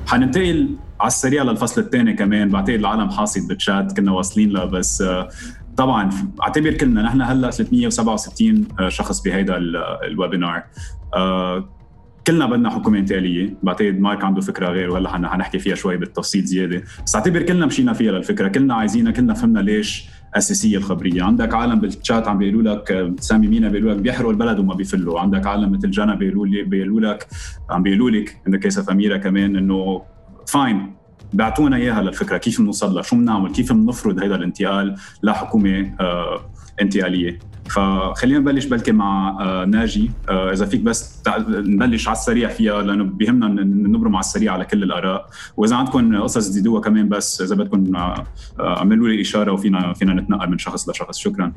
حننتقل على السريع للفصل الثاني كمان. بعتقد العالم حاصد بالشات كنا واصلين له، بس طبعا اعتبر كلنا نحن هلا 367 شخص بهيدا الويبينار. كلنا بدنا حكومة انتقالية. بعتقد مارك عنده فكرة غير وهلا حنحكي فيها شوي بالتفصيل زيادة، بس اعتبر كلنا مشينا فيها للفكرة، كلنا عايزينها، كلنا فهمنا ليش أساسية الخبرية. عندك عالم بالشات عم بيقولوا لك، سامي مينا بيقولوا لك بيحرقوا البلد وما بيفلوا. عندك عالم مثل جانا بيقولوا لك عم بيقولوا لك عندك كيسة أميرة كمان إنه فاين، بعتونا إياها للفكرة كيف نوصل لها، شو بنعمل، كيف بنفرض هذا الانتقال لحكومة انتقالية. فخلينا نبلش بلكي مع ناجي. إذا فيك بس نبلش على السريع فيها، لأنه بيهمنا نبرم على السريع على كل الآراء، وإذا عندكم قصص تزيدوها كمان بس إذا بدكم عملوا لي إشارة وفينا نتنقل من شخص لشخص. شكرا.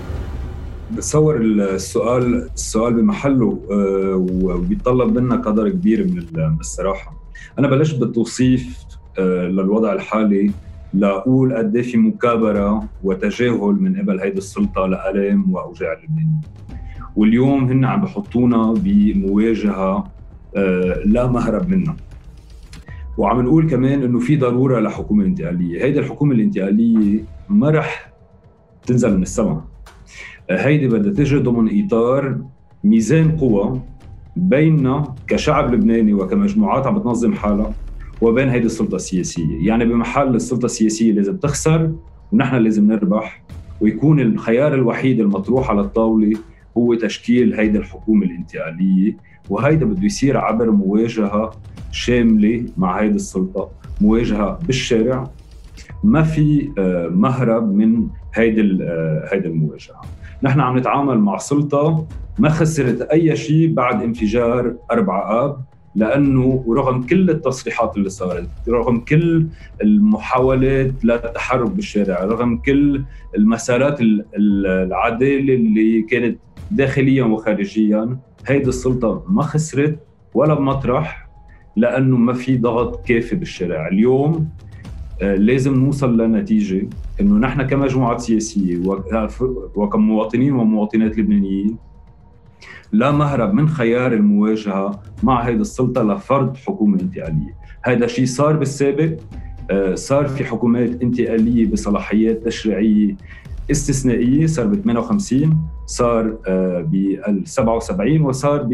بتصور السؤال بمحله وبيطلب منا قدر كبير من الصراحة. أنا بلشت بالتوصيف للوضع الحالي لأقول قد في مكابرة وتجاهل من قبل هيدي السلطة لآلام وأوجاع اللبنانيين، واليوم هن عم بحطونا بمواجهة لا مهرب منها. وعم نقول كمان إنه في ضرورة لحكومة انتقالية. هيدي الحكومة الانتقالية ما رح تنزل من السماء، هيدي بدها تجي ضمن إطار ميزان قوى بيننا كشعب لبناني وكمجموعات عم بتنظم حالها وبين هيدي السلطة السياسية. يعني بمحل السلطة السياسية لازم تخسر ونحن لازم نربح، ويكون الخيار الوحيد المطروح على الطاولة هو تشكيل هيدي الحكومة الانتقالية. وهيدا بده يصير عبر مواجهة شاملة مع هيدي السلطة، مواجهة بالشارع، ما في مهرب من هيدي المواجهة. نحن عم نتعامل مع سلطة ما خسرت أي شيء بعد انفجار 4 آب، لأنه رغم كل التصريحات اللي صارت، رغم كل المحاولات للتحرك بالشارع، رغم كل المسارات العدالة اللي كانت داخليا وخارجيا، هيدي السلطة ما خسرت ولا بمطرح، لأنه ما في ضغط كافي بالشارع. اليوم لازم نوصل لنتيجة إنه نحن كمجموعات سياسية وكمواطنين ومواطنات لبنانيين لا مهرب من خيار المواجهة مع هذه السلطة لفرض حكومة انتقالية. هذا شيء صار بالسابق، صار في حكومات انتقالية بصلاحيات تشريعية استثنائية، صار ب 58، صار ب 77، وصار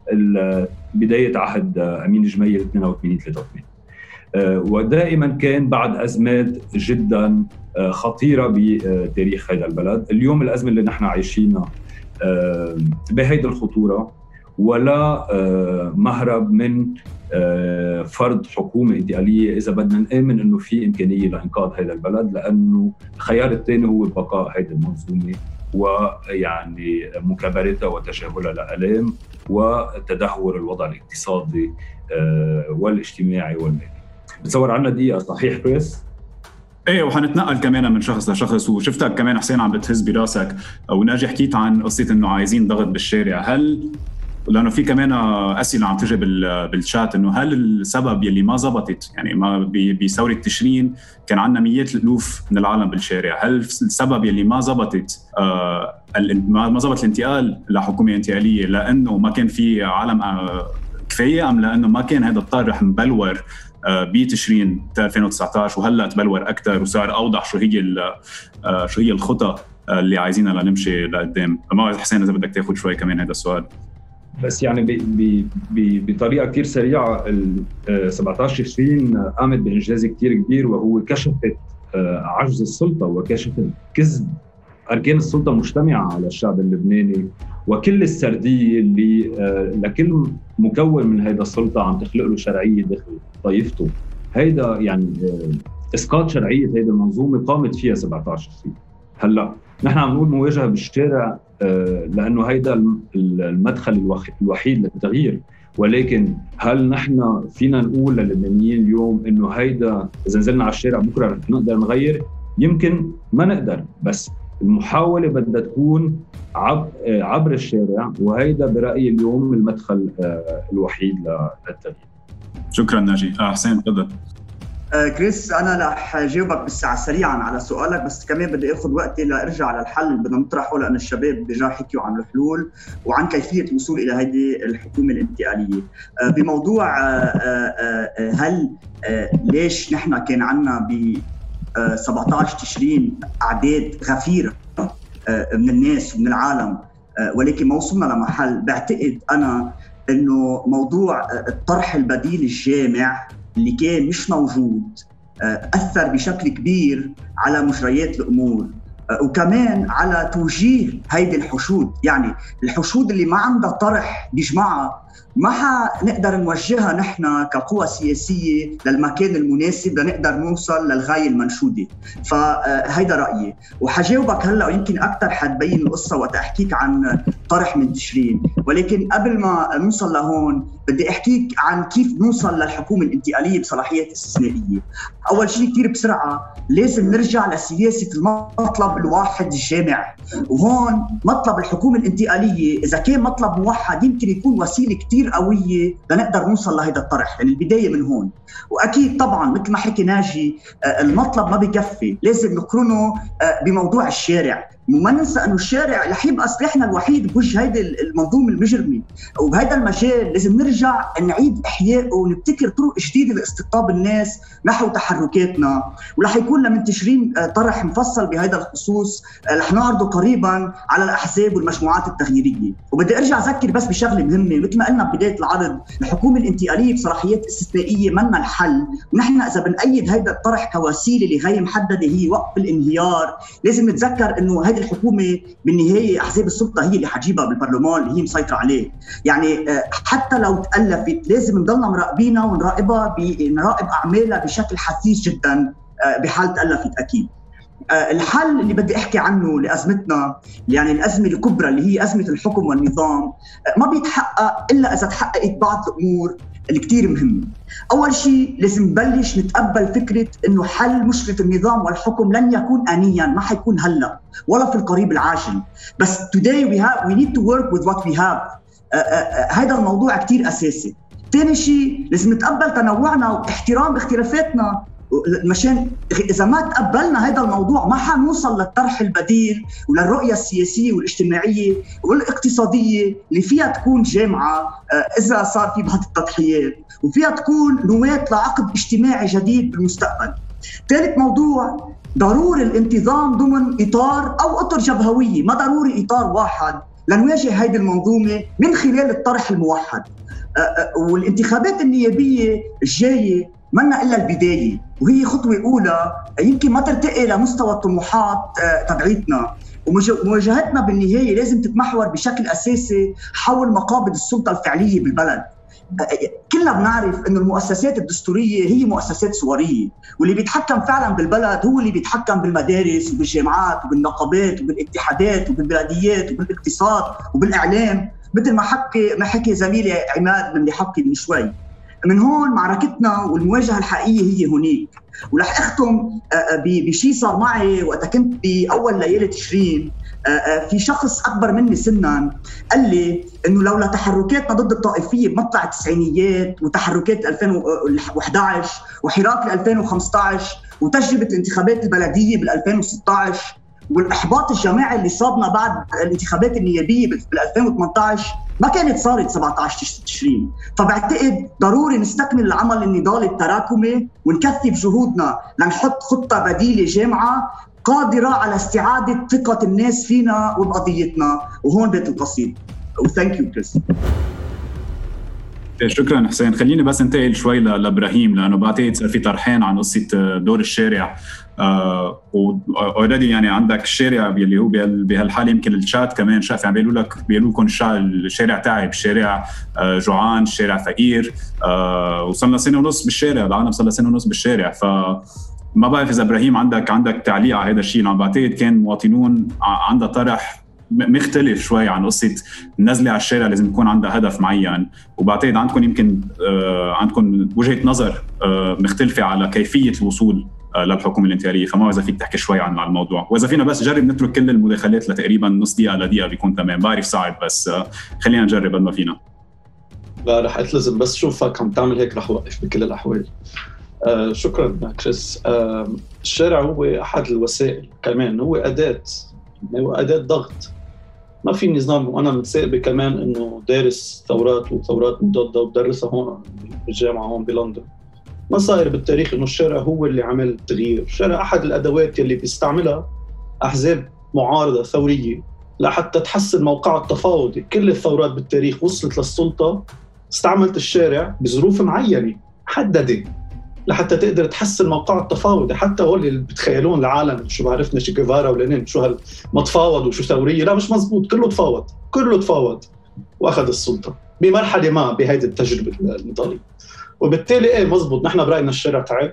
ببداية عهد أمين جميل 82-83. ودائما كان بعد أزمات جدا خطيرة بتاريخ هذا البلد. اليوم الأزمة اللي نحن عايشينها بهيدي الخطورة، ولا مهرب من فرض حكومة انتقالية إذا بدنا نآمن أنه في إمكانية لإنقاذ هذا البلد، لأنه الخيار الثاني هو بقاء هذه المنظومة ويعني مكابرتها وتجاهلها لآلام وتدهور الوضع الاقتصادي والاجتماعي والمالي. بتصور عنا دقيقة صحيح كريس؟ ايه، وحنتنقل كمان من شخص لشخص. وشفتك كمان حسين عم بتهز براسك وناجي حكيت عن قصة انه عايزين ضغط بالشارع. هل لانه في كمان اسئله عم تجي بالشات انه هل السبب يلي ما زبطت، يعني ما بثوره تشرين كان عندنا مئات الالوف من العالم بالشارع، هل السبب يلي ما زبطت ما زبط الانتقال لحكومه انتقاليه لانه ما كان في عالم كفايه، ام لانه ما كان هذا الطرح مبلور بتشرين 2019 وهلا تبلور اكثر وصار اوضح شو هي الخطه اللي عايزينها لنمشي لقدام؟ ما بعرف حسين اذا بدك تاخذ شوي كمان هذا السؤال. بس يعني بطريقه كتير سريعه 17 تشرين قامت بانجاز كتير كبير، وهو كشفت عجز السلطه وكشفت كذب اركان السلطه مجتمعه على الشعب اللبناني، وكل السرديه اللي لكل مكون من هذا السلطه عم تخلق له شرعيه داخل طائفته. هيدا يعني اسقاط شرعيه هذه المنظومه قامت فيها 17 تشرين. هلا نحن عم نقول مواجهه بالشارع لانه هيدا المدخل الوحيد للتغيير، ولكن هل نحن فينا نقول للبنانيين اليوم انه هيدا اذا نزلنا على الشارع بكره رح نقدر نغير؟ يمكن ما نقدر، بس المحاوله بدها تكون عبر الشارع، وهيدا برايي اليوم المدخل الوحيد للتغيير. شكرا ناجي. حسين تفضل. كريس، أنا رح جاوبك بالساعة سريعا على سؤالك، بس كمان بدي أخذ وقتي لأرجع للحل اللي بدنا نطرحه، لأن الشباب ديجا حكيوا عن الحلول وعن كيفية الوصول إلى هذه الحكومة الانتقالية. بموضوع هل ليش نحن كان عنا ب 17 تشرين أعداد غفيرة من الناس ومن العالم ولكن ما وصلنا لمحل؟ بعتقد أنا إنه موضوع الطرح البديل الجامع اللي كان مش موجود أثر بشكل كبير على مجريات الأمور وكمان على توجيه هيدي الحشود. يعني الحشود اللي ما عندها طرح بجماعة ما نقدر نوجهها نحن كقوى سياسية للمكان المناسب لنقدر نوصل للغاية المنشودة. فهيدا رأيي، وحجاوبك هلأ ويمكن أكتر حتبين القصة وقت أحكيك عن طرح من تشرين. ولكن قبل ما نوصل لهون بدي أحكيك عن كيف نوصل للحكومة الانتقالية بصلاحيات استثنائية. أول شيء كتير بسرعة لازم نرجع لسياسة المطلب الواحد الجامع. وهون مطلب الحكومة الانتقالية إذا كان مطلب موحد يمكن يكون وسيلة كتير قوية لنقدر نوصل لهذا الطرح، يعني البداية من هون. وأكيد طبعاً مثل ما حكي ناجي المطلب ما بيكفي، لازم نقرنه بموضوع الشارع. وما ننسى أنه الشارع رح يبقى سلاحنا الوحيد بوجه هيدا المنظومة المجرمة. وبهذا المجال لازم نرجع نعيد إحيائه ونبتكر طرق جديدة لاستقطاب الناس نحو تحركاتنا. ورح يكون لمن تشرين طرح مفصل بهذا الخصوص رح نعرضه قريباً على الأحزاب والمجموعات التغييرية. وبدي أرجع أذكر بس بشغلة مهمة، مثل ما قلنا ببداية العرض الحكومة الانتقالية بصلاحيات استثنائية منا الحل، ونحن إذا بنأيد هذا الطرح كوسيلة لغاية محددة هي وقف الانهيار، لازم نتذكر أنه هذه الحكومة بالنهاية أحزاب السلطة هي اللي حجيبها بالبرلمان اللي هي مسيطرة عليه. يعني حتى لو تألفت لازم نضلنا مراقبينها ونراقب أعمالها بشكل حثيث جدا بحال تألفت أكيد. الحل اللي بدي أحكي عنه لأزمتنا، يعني الأزمة الكبرى اللي هي أزمة الحكم والنظام، ما بيتحقق إلا إذا تحققت بعض الأمور اللي كتير مهمة. أول شيء لازم نبلش نتقبل فكرة إنه حل مشكلة النظام والحكم لن يكون آنياً، ما حيكون هلأ ولا في القريب العاجل، بس today we need to work with what we have. هذا الموضوع كتير أساسي. ثاني شيء لازم نتقبل تنوعنا واحترام اختلافاتنا، مشان إذا ما تقبلنا هذا الموضوع ما حنوصل للطرح البديل وللرؤية السياسية والاجتماعية والاقتصادية اللي فيها تكون جامعة إذا صار في بعض التضحيات، وفيها تكون نواة لعقد اجتماعي جديد بالمستقبل. ثالث موضوع ضروري الانتظام ضمن إطار أو أطر جبهوية، ما ضروري إطار واحد لنواجه هذه المنظومة من خلال الطرح الموحد. والانتخابات النيابية الجاية منا إلا البداية، وهي خطوة أولى يمكن ما ترتقي لمستوى الطموحات تبعيتنا. ومواجهتنا بالنهاية لازم تتمحور بشكل أساسي حول مقابض السلطة الفعلية بالبلد. كلنا بنعرف أن المؤسسات الدستورية هي مؤسسات صورية، واللي بيتحكم فعلا بالبلد هو اللي بيتحكم بالمدارس وبالجامعات وبالنقابات وبالاتحادات وبالبلديات وبالاقتصاد وبالإعلام، مثل ما حكي زميلي عماد من اللي حكي من شوي. من هون معركتنا والمواجهة الحقيقية هي هناك. ورح أختم بشي صار معي وقت كنت بأول ليالي تشرين. في شخص أكبر مني سناً قال لي إنه لولا تحركاتنا ضد الطائفية بمطلع التسعينيات وتحركات 2011 وحراك 2015 وتجربة الانتخابات البلدية بال2016 والإحباط الجماعي اللي صابنا بعد الانتخابات النيابية بال2018 ما كانت صارت 17 تشرين. فبعتقد ضروري نستكمل العمل النضالي التراكمي ونكثف جهودنا لنحط خطة بديلة جامعة قادرة على استعادة ثقة الناس فينا وبقضيتنا. وهون بيت القصيد. وثانك يو كريس. شكرا حسين. خليني بس انتقل شوي لابراهيم، لانه بعتقد صار في طرحين عن قصه دور الشارع. اوريدي يعني عندك الشارع اللي هو بهالحاله يمكن الشات كمان شاف، يعني بيقولوا لكم الشارع تعب، الشارع جوعان، الشارع فقير، وصلنا سنه ونص بالشارع، العالم صار له سنه ونص بالشارع. فما بعرف اذا ابراهيم عندك تعليق على هذا الشيء. بعتقد كان مواطنون عندها طرح مختلف شوي عن قصة النزلة على الشارع، لازم يكون عندها هدف معين. وبعتقد عندكم يمكن عندكم وجهة نظر مختلفة على كيفية الوصول للحكومة الانتقالية. فما إذا فيك تحكي شوي عن الموضوع، وإذا فينا بس نجرب نترك كل المداخلات لتقريبا نص دقيقة لدقيقة بيكون تمام. بعرف صعب بس خلينا نجرب قد ما فينا. لا رح أتلزم، بس شوفك عم تعمل هيك رح أوقف بكل الأحوال. شكرا كريس. الشارع هو أحد الوسائل، كمان هو أداة ضغط. ما في نظام، وأنا متسائب كمان إنه دارس ثورات وثورات مضادة وبدرسها هون بالجامعة هون بلندن. ما صاير بالتاريخ إنه الشارع هو اللي عمل التغيير. الشارع أحد الأدوات اللي بيستعملها أحزاب معارضة ثورية لحتى تحسن موقعها التفاوضي. كل الثورات بالتاريخ وصلت للسلطة استعملت الشارع بظروف معينة محددة لحتى تقدر تحسن موقعها التفاوضي. حتى هو اللي بتخيلون العالم شو بعرفنا شي جيفارا ولينين شو ما تفاوض وشو ثورية، لا مش مزبوط. كله تفاوض وأخذ السلطة بمرحلة ما بهذه التجربة الإيطالية. وبالتالي مزبوط، نحن برأينا الشارع تعب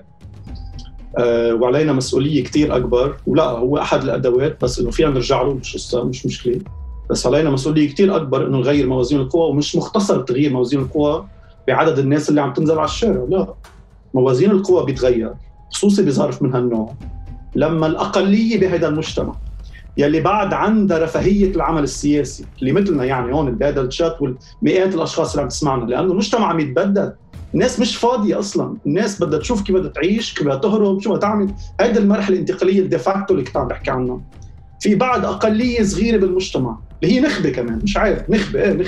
وعلينا مسؤولية كتير أكبر. ولا هو أحد الأدوات، بس إنه فينا نرجع له مش مشكلة، بس علينا مسؤولية كتير أكبر إنه نغير موازين القوى. ومش مختصر تغيير موازين القوى بعدد الناس اللي عم تنزل على الشارع، لا، موازين القوى بيتغير خصوصي بظرف من هالنوع لما الأقلية بهذا المجتمع يلي بعد عندها رفاهية العمل السياسي اللي مثلنا يعني هون البادل تشات والمئات الأشخاص اللي عم تسمعنا، لأنه المجتمع عم يتبدل. الناس مش فاضية أصلاً، الناس بدها تشوف كيف بدها تعيش، كيف بدها تهرب، شو بدها تعمل. هيدا المرحلة الانتقالية الديفاكتو اللي كنت عم بحكي عنها. في بعد أقلية صغيرة بالمجتمع اللي هي نخبة كمان، مش عارف نخبة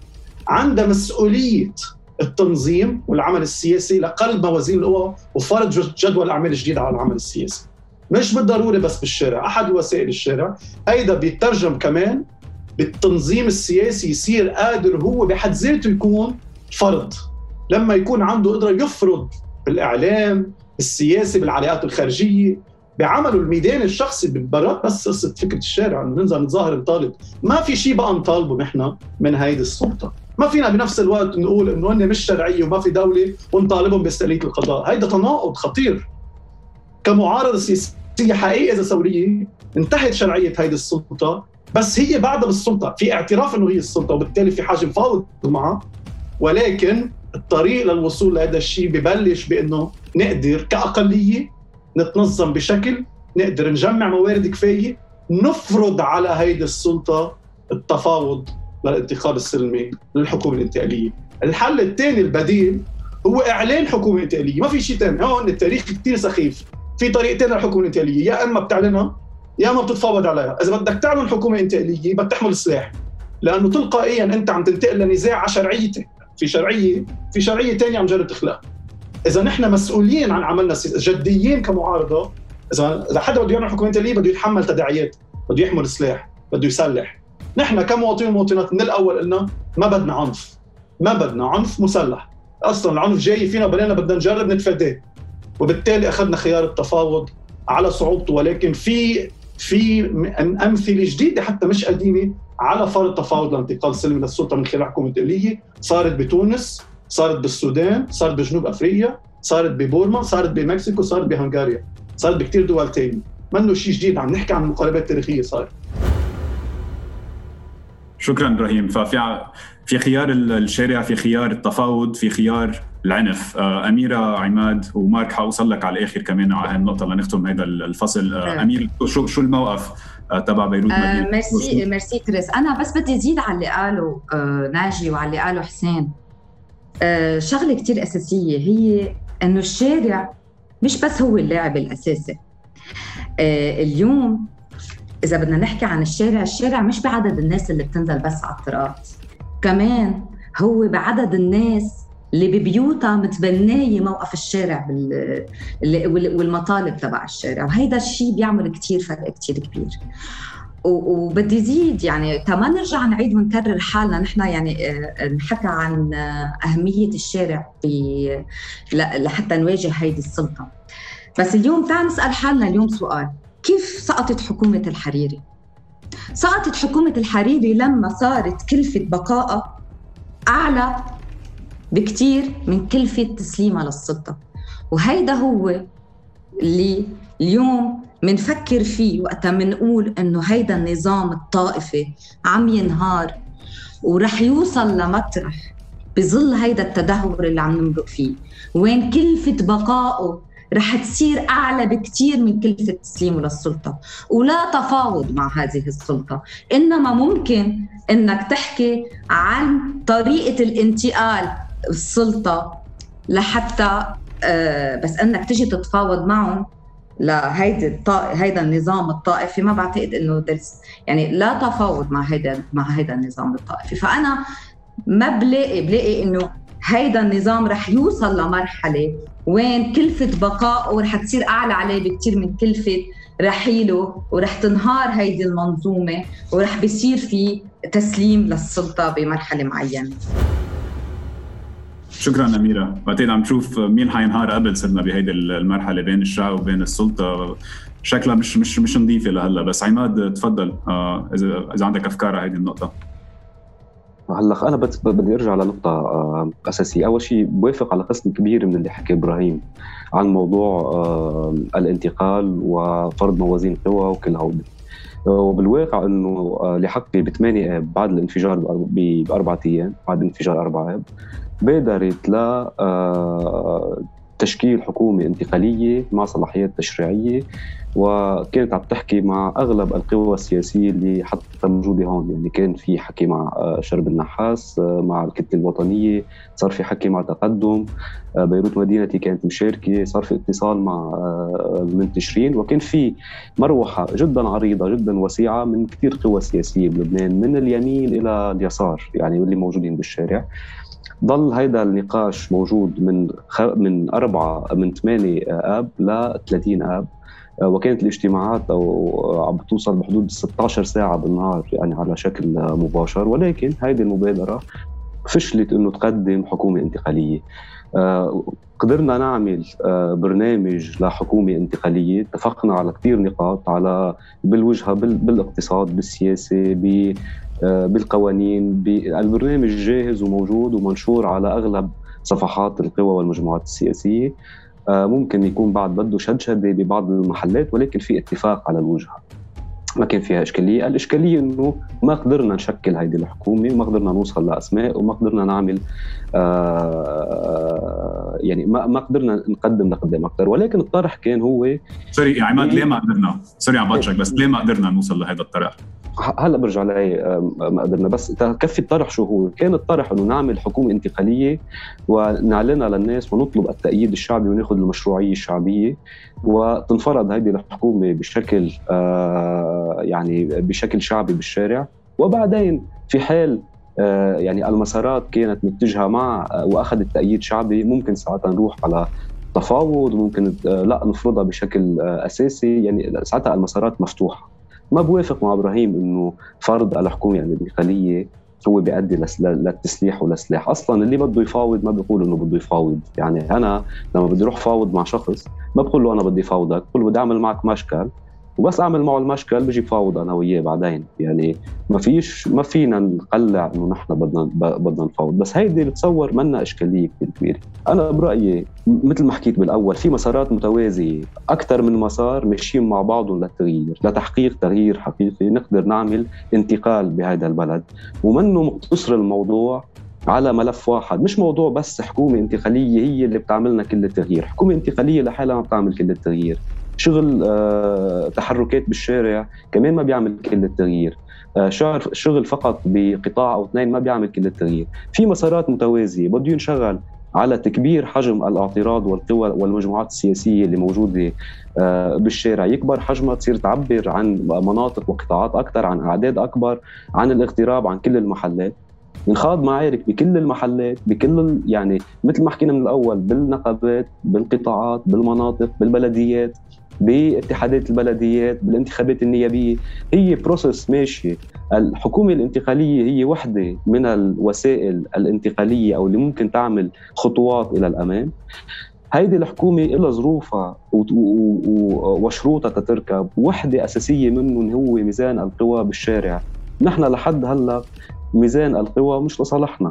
عندها مسؤولية التنظيم والعمل السياسي لقلب موازين القوى وفرض جدول أعمال جديد على العمل السياسي. مش بالضرورة بس بالشارع، أحد وسائل الشارع. هيدا بيترجم كمان بالتنظيم السياسي، يصير قادر هو بحد ذاته يكون فرض لما يكون عنده قدرة يفرض بالإعلام السياسي، بالعلاقات الخارجية، بعمله الميداني الشخصي. بالبرات بس قصة فكرة الشارع إنه ننزل نتظاهر نطالب، ما في شيء بقى نطالبه نحن من هيدي السلطة. ما فينا بنفس الوقت نقول إنه هن مش شرعية وما في دولة ونطالبهم باستقلالية القضاء. هيدا تناقض خطير. كمعارضة سياسية حقيقية إذا ثورية انتهت شرعية هيدي السلطة، بس هي بعدها بالسلطة، في اعتراف إنه هي السلطة وبالتالي في حاجة نفاوض معها. ولكن الطريق للوصول لهذا الشيء ببلش بأنه نقدر كأقلية نتنظم بشكل نقدر نجمع موارد كفاية نفرض على هيدي السلطة التفاوض للانتقال السلمي للحكومة الانتقالية. الحل الثاني البديل هو إعلان حكومة انتقالية. ما في شيء ثاني. هون التاريخ كتير سخيف. في طريقتين للحكومة الانتقالية، يا إما بتعلنها يا إما بتتفاوض عليها. إذا بدك تعلن حكومة انتقالية بدك تحمل السلاح، لأنه تلقائياً أنت عم تنتقل لنزاع على شرعيته. في شرعية تانية عم جرب تخلق. إذا نحن مسؤولين عن عملنا جديين كمعارضة، إذا حدا بده يعمل حكومة انتقالية بده يتحمل تداعيات، بده يحمل سلاح، بده يسلح. نحن كمواطنين ومواطنات من الأول قلنا ما بدنا عنف مسلح. أصلاً العنف جاي فينا بلينا بدنا نجرب نتفاداه، وبالتالي أخذنا خيار التفاوض على صعوبته. ولكن في أمثلة جديدة حتى مش قديمة على فرض تفاوض لانتقال سلمي للسلطة من خلال حكومة انتقالية. صارت بتونس، صارت بالسودان، صارت بجنوب أفريقيا، صارت ببورما، صارت بمكسيكو، صارت بهنغاريا، صارت بكتير دول تاني. منه شيء جديد، عم نحكي عن مقاربات تاريخية صار. شكرا إبراهيم. في خيار الشارع، في خيار التفاوض، في خيار العنف. أميرة، عماد ومارك، حأوصل لك على الآخر كمان على هالنقطة لنختم هذا الفصل. أمير، شو الموقف تبع بيروت مدينة؟ ميرسي كريس. أنا بس بدي أزيد على اللي قاله ناجي وعلى اللي قاله حسين. شغلة كتير أساسية هي أنه الشارع مش بس هو اللاعب الأساسي. اليوم إذا بدنا نحكي عن الشارع مش بعدد الناس اللي بتنزل بس على الطرقات، كمان هو بعدد الناس اللي ببيوتها متبنية موقف الشارع والمطالب تبع الشارع. وهيدا الشيء بيعمل كتير فرق كتير كبير. وبدي زيد يعني كمان نرجع نعيد ونكرر حالنا. نحن يعني نحكى عن أهمية الشارع لحتى نواجه هيدي السلطة. بس اليوم تعال نسأل حالنا اليوم سؤال: كيف سقطت حكومة الحريري؟ سقطت حكومة الحريري لما صارت كلفة بقائها أعلى بكتير من كلفة تسليمها للسلطة. وهيدا هو اللي اليوم منفكر فيه وقتا منقول إنه هيدا النظام الطائفي عم ينهار ورح يوصل لمطرح بظل هيدا التدهور اللي عم نمرق فيه، وين كلفة بقائه رح تصير أعلى بكتير من كلفة تسليمه للسلطة. ولا تفاوض مع هذه السلطة، إنما ممكن إنك تحكي عن طريقة الانتقال السلطة لحتى بس انك تجي تتفاوض معهم هيدا النظام الطائفي، ما بعتقد انه يعني لا تفاوض مع هيدا النظام الطائفي. فانا ما بلاقي انه هيدا النظام رح يوصل لمرحله وين كلفه بقائه رح تصير اعلى عليه بكتير من كلفه رحيله، ورح تنهار هيدي المنظومه ورح بيصير في تسليم للسلطه بمرحله معينه. شكرا أميرة. بعتقد عم تشوف مين حينهار قبل صرنا بهيدي المرحلة بين الشعب وبين السلطة، شكلها مش نظيفة لهلا. بس عماد تفضل إذا عندك أفكار على هذه النقطة. هلا أنا بدي أرجع لنقطة أساسية. أول شيء بوافق على قسم كبير من اللي حكي إبراهيم عن موضوع الانتقال وفرض موازين قوى وكل هودي. وبالواقع إنه لحقي ب8 آب بعد الانفجار ب4 أيام، بعد انفجار 4 آب بادرت لتشكيل حكومة انتقالية مع صلاحيات تشريعية، وكانت عم تحكي مع أغلب القوى السياسية اللي حتى موجودة هون. يعني كان في حكي مع شرب النحاس، مع الكتلة الوطنية، صار في حكي مع تقدم، بيروت مدينتي كانت مشاركة، صار في اتصال مع منتشرين، وكان في مروحة جدا عريضة جدا وسيعة من كثير قوى سياسية بلبنان من اليمين إلى اليسار، يعني اللي موجودين بالشارع. ضل هيدا النقاش موجود من 8 آب ل 30 آب، وكانت الاجتماعات عم بتوصل بحدود 16 ساعة بالنهار يعني على شكل مباشر. ولكن هيدي المبادرة فشلت إنه تقدم حكومة انتقالية. قدرنا نعمل برنامج لحكومة انتقالية، اتفقنا على كتير نقاط، على بالوجهة بالاقتصاد، بالسياسة، بالقوانين. البرنامج جاهز وموجود ومنشور على أغلب صفحات القوى والمجموعات السياسية. ممكن يكون بعد بده شدشدة ببعض المحلات، ولكن في اتفاق على الوجهة، ما كان فيها إشكالية. الإشكالية إنه ما قدرنا نشكل هيدي الحكومة، وما قدرنا نوصل لأسماء، وما قدرنا نعمل يعني ما قدرنا نقدم لقدام أكثر. ولكن الطرح كان هو سوري يا عماد، ليه ما قدرنا؟ سوري عم باتشك، بس ليه ما قدرنا نوصل لهذا الطرح؟ هلا برجع لهي ما قدرنا. بس كفي الطرح شو هو؟ كان الطرح انه نعمل حكومه انتقاليه ونعلنها للناس ونطلب التأييد الشعبي وناخذ المشروعيه الشعبيه، وتنفرض هذه الحكومه بشكل يعني بشكل شعبي بالشارع. وبعدين في حال يعني المسارات كانت متجهه مع واخذت تأييد شعبي، ممكن ساعتها نروح على تفاوض، ممكن لا نفرضها بشكل اساسي. يعني ساعتها المسارات مفتوحه. ما بوافق مع إبراهيم إنه فرض الحكومة الانتقالية هو بيؤدي للتسليح والسلاح. أصلاً اللي بده يفاوض ما بيقول إنه بده يفاوض. يعني أنا لما بدي أروح فاوض مع شخص ما بقول له أنا بدي فاوضك، بقول له بدي أعمل معك مشكل، وبس أعمل معه المشكل بيجي فاوض أنا وياه بعدين. يعني ما فينا نقلع إنه نحن بدنا نفاوض. بس هيدي بتصور منا إشكالية كتير كبيرة. أنا برأيي مثل ما حكيت بالأول، في مسارات متوازية، أكثر من مسار ماشيين مع بعضهم للتغيير، لتحقيق تغيير حقيقي نقدر نعمل انتقال بهذا البلد. ومنه مقتصر الموضوع على ملف واحد، مش موضوع بس حكومة انتقالية هي اللي بتعملنا كل التغيير. حكومة انتقالية لحالها ما بتعمل كل التغيير. شغل تحركات بالشارع كمان ما بيعمل كل التغيير. شغل فقط بقطاع أو 2 ما بيعمل كل التغيير. في مسارات متوازية بده ينشغل على تكبير حجم الاعتراض والقوى والمجموعات السياسية اللي موجودة بالشارع، يكبر حجمها، تصير تعبر عن مناطق وقطاعات أكثر، عن أعداد أكبر، عن الاغتراب عن كل المحلات. نخاض معارك بكل المحلات، بكل يعني مثل ما حكينا من الأول، بالنقابات، بالقطاعات، بالمناطق، بالبلديات، باتحادات البلديات، بالانتخابات النيابية. هي بروسس ماشي. الحكومة الانتقالية هي واحدة من الوسائل الانتقالية أو اللي ممكن تعمل خطوات إلى الأمام. هيدي الحكومة إلى ظروفها وشروطها تتركب. واحدة أساسية منهم هو ميزان القوى بالشارع. نحن لحد هلأ ميزان القوى مش لصالحنا.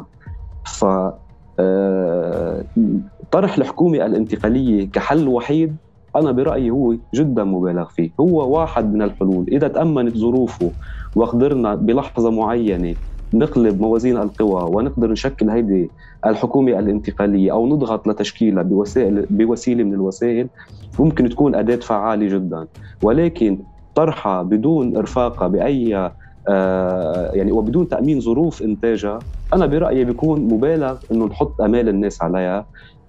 طرح الحكومة الانتقالية كحل وحيد أنا برأيي هو جدا مبالغ فيه. هو واحد من الحلول إذا تأمنت ظروفه وقدرنا بلحظة معينة نقلب موازين القوى ونقدر نشكل هيدي الحكومة الانتقالية أو نضغط لتشكيلها بوسيلة من الوسائل، ممكن تكون أداة فعالة جدا. ولكن طرحها بدون إرفاقها بأي يعني وبدون تأمين ظروف إنتاجها، أنا برأيي بيكون مبالغ إنه نحط أمال الناس عليها.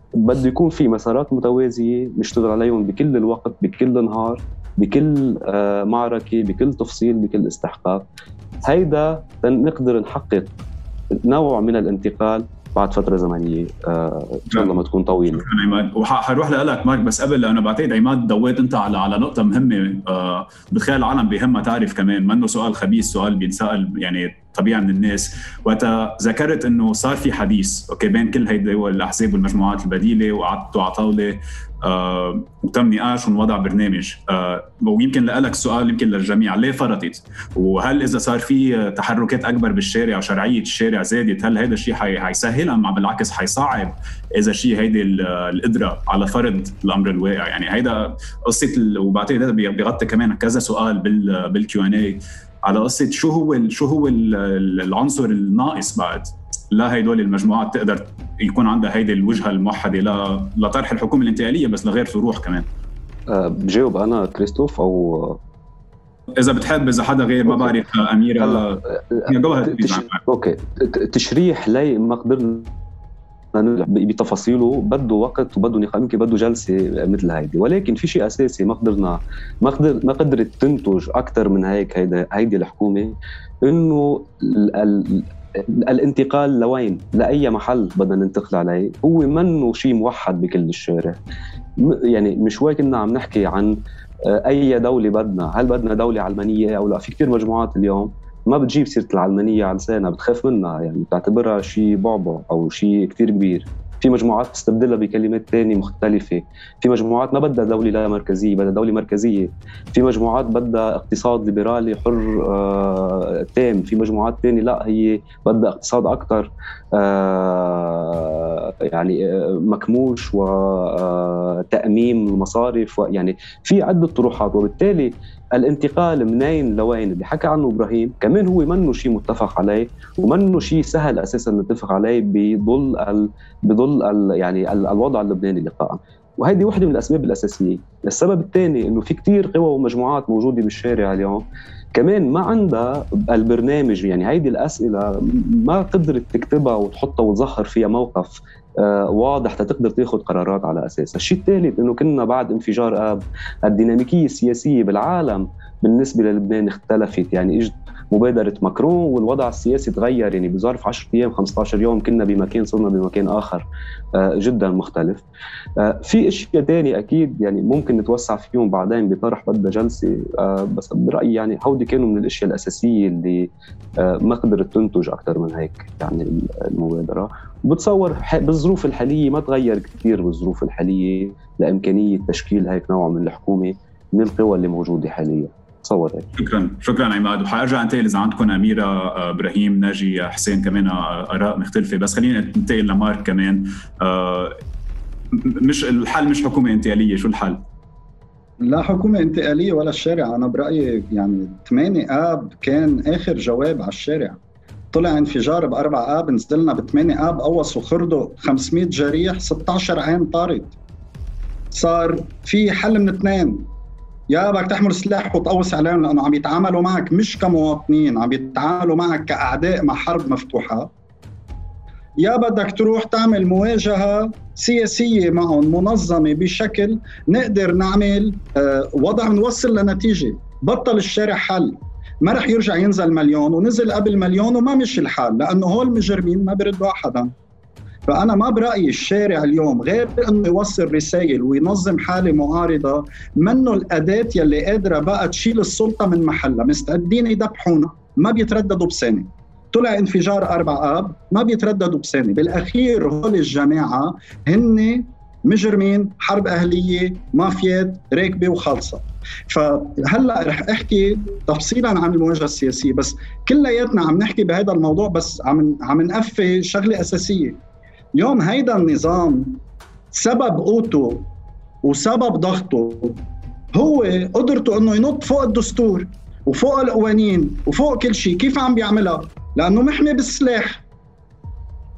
بده يكون في مسارات متوازية نشتغل عليهم بكل الوقت، بكل نهار، بكل معركة، بكل تفصيل، بكل استحقاق. هيدا نقدر نحقق نوع من الانتقال بعد فترة زمنية إن شاء الله ما تكون طويلة. شكرا عماد. وحروح لك مارك، بس قبل أنا بعتقد عماد ضويت أنت على نقطة مهمة بتخيل العالم بيهمها تعرف كمان، ما إنه سؤال خبيث، سؤال بينسأل يعني طبيعي من الناس. وقت ذكرت إنه صار في حديث أوكي بين كل هيدا الأحزاب والمجموعات البديلة، وقعدتوا على طاولة وتم نقاش ونوضع برنامج، ويمكن لك السؤال يمكن للجميع، ليه فرطت؟ وهل إذا صار في تحركات أكبر بالشارع وشرعية الشارع زادت، هل هذا الشيء حيسهل أم بالعكس حيصعب إذا شيء هيدي القدرة على فرض الأمر الواقع؟ يعني هيدا قصة، وبعتقد هذا بيغطي كمان كذا سؤال بالكيو&اي على قصة شو هو العنصر الناقص بعد لا هيدول المجموعات تقدر يكون عندها هيدي الوجهة الموحدة لطرح الحكومة الانتقالية، بس لغير طروح كمان. بجاوب أنا كريستوف أو إذا بتحب، إذا حدا غير ما بعرف أميرة. أوكي، تشريح لي ما قدرنا بتفاصيله بده وقت وبده نقاش، يمكن بده جلسة مثل هيدي، ولكن في شيء أساسي ما قدرت تنتج أكثر من هيك هيدي الحكومة، إنه الانتقال لوين، لأي محل بدنا ننتقل عليه، هو منه شيء موحد بكل الشارع. يعني مش شوي كنا عم نحكي عن أي دولة بدنا، هل بدنا دولة علمانية أو لا؟ في كتير مجموعات اليوم ما بتجيب سيرة العلمانية على لسانها، بتخاف منها، يعني بتعتبرها شيء بعبع أو شيء كتير كبير. في مجموعات تستبدلها بكلمات تانية مختلفة. في مجموعات ما بدها دولة لا مركزية، بدها دولة مركزية. في مجموعات بدها اقتصاد ليبرالي حر تام. في مجموعات تانية لا، هي بدها اقتصاد أكتر يعني مكموش وتأميم المصارف، يعني في عدة طروحات. وبالتالي الانتقال منين لوين اللي حكى عنه إبراهيم كمان هو منه شيء متفق عليه، ومنه شيء سهل أساساً نتفق عليه بظل يعني الوضع اللبناني اللي قائم. وهذه واحدة من الأسباب الأساسية. السبب الثاني إنه في كتير قوى ومجموعات موجودة بالشارع اليوم كمان ما عندها البرنامج، يعني هيدي الأسئلة ما قدرت تكتبها وتحطها وتظهر فيها موقف واضح تقدر تاخذ قرارات على أساسها. الشيء الثالث إنه كنا بعد انفجار آب الديناميكية السياسية بالعالم بالنسبة للبنان اختلفت، يعني اجت مبادرة ماكرون والوضع السياسي تغير، يعني بظرف 10 أيام 15 يوم كنا بمكان صرنا بمكان آخر جدا مختلف. في اشياء تانية اكيد يعني ممكن نتوسع فيهم بعدين بطرح بدها جلسة، بس برأيي يعني هودي كانوا من الاشياء الاساسية اللي ما قدرت تنتج اكثر من هيك. يعني المبادرة بتصور بالظروف الحالية ما تغير كثير بالظروف الحالية لإمكانية تشكيل هيك نوع من الحكومة من القوى اللي موجودة حاليا. تصور هيك. شكرا عماد. وحارجع انتقل اذا عندكم اميره، ابراهيم، ناجي، حسين كمان اراء مختلفه، بس خلينا ننتقل لمارك كمان. مش الحل مش حكومه انتقاليه، شو الحل؟ لا حكومه انتقاليه ولا الشارع. انا برايي يعني 8 آب كان اخر جواب على الشارع. طلع انفجار ب4 آب، نزلنا ب8 آب، قوصوا خردوا 500 جريح، 16 عين طارت. صار في حل من اثنين، يا بدك تحمل سلاح وتقوص عليهم لأنه عم يتعاملوا معك مش كمواطنين، عم يتعاملوا معك كأعداء مع حرب مفتوحة، يا بدك تروح تعمل مواجهة سياسية معهم منظمة بشكل نقدر نعمل وضع نوصل لنتيجة. بطل الشارع حل، ما رح يرجع ينزل مليون، ونزل قبل مليون وما مشي الحال، لأنه هول المجرمين ما بيردوا أحدا. فأنا ما برأيي الشارع اليوم غير أنه يوصل رسائل وينظم حالة معارضة، منه الأداة يلي قادرة بقى تشيل السلطة من محلها. مستعدين يدبحونا، ما بيترددوا بثانية. طلع انفجار 4 آب، ما بيترددوا بثانية. بالأخير هول الجماعة هن مجرمين، حرب أهلية، مافيات راكبة وخالصة. فهلأ رح أحكي تفصيلاً عن المواجهة السياسية، بس كلياتنا عم نحكي بهذا الموضوع، بس عم نقفي شغلة أساسية. اليوم هيدا النظام سبب قوته وسبب ضغطه هو قدرته انه ينط فوق الدستور وفوق القوانين وفوق كل شيء. كيف عم بيعملها؟ لانه محمي بالسلاح.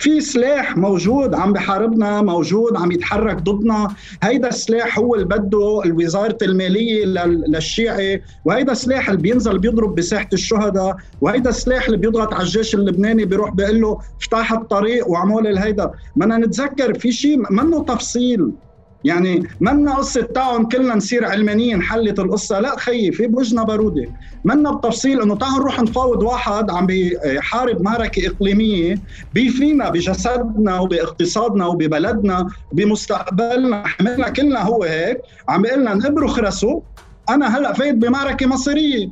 في سلاح موجود عم بحاربنا، موجود عم يتحرك ضدنا. هيدا السلاح هو اللي بده الوزارة المالية للشيعي، وهيدا السلاح اللي بينزل بيضرب بساحة الشهداء، وهيدا السلاح اللي بيضغط على الجيش اللبناني، بيروح بيقول له افتح الطريق وعمول الهيدا. بدنا نتذكر في شيء منه تفصيل، يعني منا قصة تعالوا كلنا نصير علمانيين حلت القصة، لا خيي في بوجنا بارودة. منا بتفصيل انه تعالوا نروح نفاوض واحد عم بيحارب معركة إقليمية بيفينا بجسدنا وباقتصادنا وببلدنا وبمستقبلنا، حملنا كلنا هو هيك عم بيقلنا نقبروا خرسه، أنا هلأ فايت بمعركة مصيرية.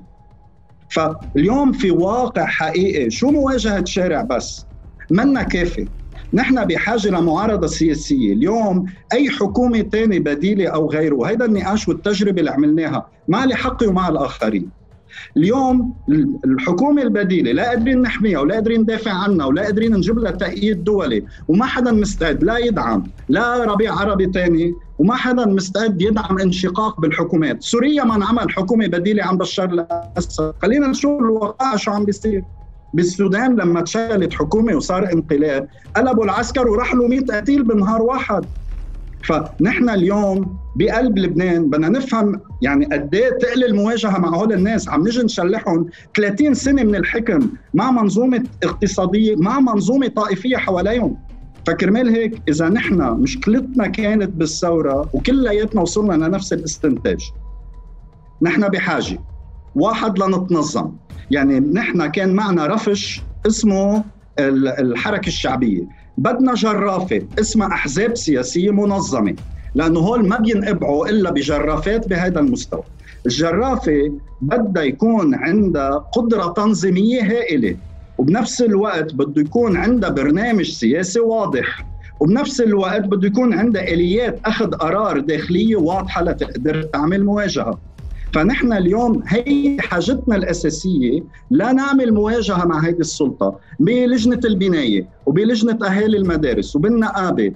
فاليوم في واقع حقيقي، شو مواجهة شارع بس منا كافي. نحن بحاجة لمعارضة سياسية. اليوم أي حكومة تانية بديلة أو غيره، وهيدا النقاش والتجربة اللي عملناها مع لحقي ومع الآخرين. اليوم الحكومة البديلة لا قادرين نحميها ولا قادرين ندافع عنها ولا قادرين نجيب لها تأييد دولي، وما حدا مستعد لا يدعم لا ربيع عربي تاني، وما حدا مستعد يدعم انشقاق بالحكومات. سوريا ما انعمل حكومة بديلة عن بشار الأسد. خلينا نشوف الواقع شو عم بيصير. بالسودان لما تشكلت حكومة وصار انقلاب قلبوا العسكر ورحلوا 100 قتيل بنهار واحد. فنحن اليوم بقلب لبنان بدنا نفهم يعني قد ايه تقل المواجهة مع هول الناس. عم نجي نشلحهم 30 سنة من الحكم مع منظومة اقتصادية مع منظومة طائفية حواليهم. فكرمال هيك إذا نحن مشكلتنا كانت بالثورة وكلياتنا وصلنا لنفس الاستنتاج، نحن بحاجة واحد لنتنظم. يعني نحن كان معنا رفش اسمه الحركة الشعبية، بدنا جرافة اسمها أحزاب سياسية منظمة، لأنه هول ما بينقبعوا إلا بجرافات بهذا المستوى. الجرافة بدها يكون عندها قدرة تنظيمية هائلة، وبنفس الوقت بده يكون عندها برنامج سياسي واضح، وبنفس الوقت بده يكون عندها آليات أخذ قرار داخلية واضحة لتقدر تعمل مواجهة. فنحن اليوم هي حاجتنا الأساسية لا نعمل مواجهة مع هذه السلطة بلجنة البناية وبلجنة أهالي المدارس وبالنقابة